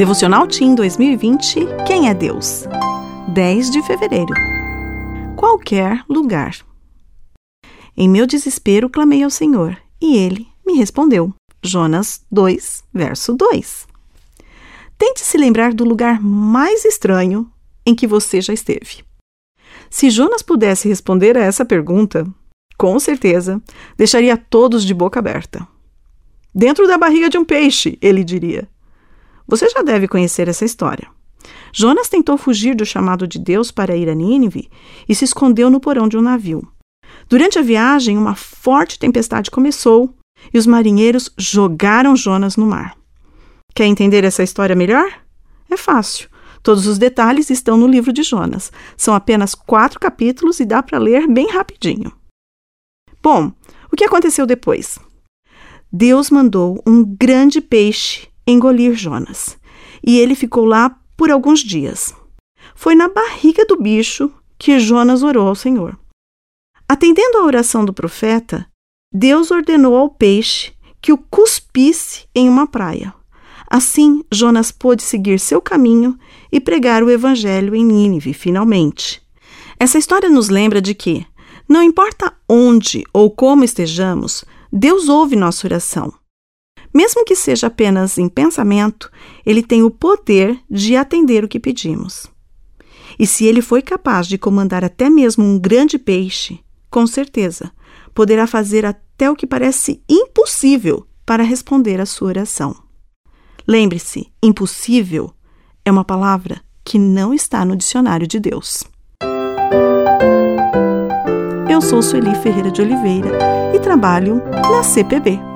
Devocional Team 2020, Quem é Deus? 10 de fevereiro. Qualquer lugar. Em meu desespero clamei ao Senhor, e Ele me respondeu. Jonas 2, verso 2. Tente se lembrar do lugar mais estranho em que você já esteve. Se Jonas pudesse responder a essa pergunta, com certeza deixaria todos de boca aberta. Dentro da barriga de um peixe, ele diria. Você já deve conhecer essa história. Jonas tentou fugir do chamado de Deus para ir a Nínive e se escondeu no porão de um navio. Durante a viagem, uma forte tempestade começou e os marinheiros jogaram Jonas no mar. Quer entender essa história melhor? É fácil. Todos os detalhes estão no livro de Jonas. São apenas 4 capítulos e dá para ler bem rapidinho. Bom, o que aconteceu depois? Deus mandou um grande peixe engolir Jonas, e ele ficou lá por alguns dias. Foi na barriga do bicho que Jonas orou ao Senhor. Atendendo à oração do profeta, Deus ordenou ao peixe que o cuspisse em uma praia. Assim, Jonas pôde seguir seu caminho e pregar o evangelho em Nínive, finalmente. Essa história nos lembra de que, não importa onde ou como estejamos, Deus ouve nossa oração. Mesmo que seja apenas em pensamento, Ele tem o poder de atender o que pedimos. E se Ele foi capaz de comandar até mesmo um grande peixe, com certeza, poderá fazer até o que parece impossível para responder à sua oração. Lembre-se, impossível é uma palavra que não está no dicionário de Deus. Eu sou Sueli Ferreira de Oliveira e trabalho na CPB.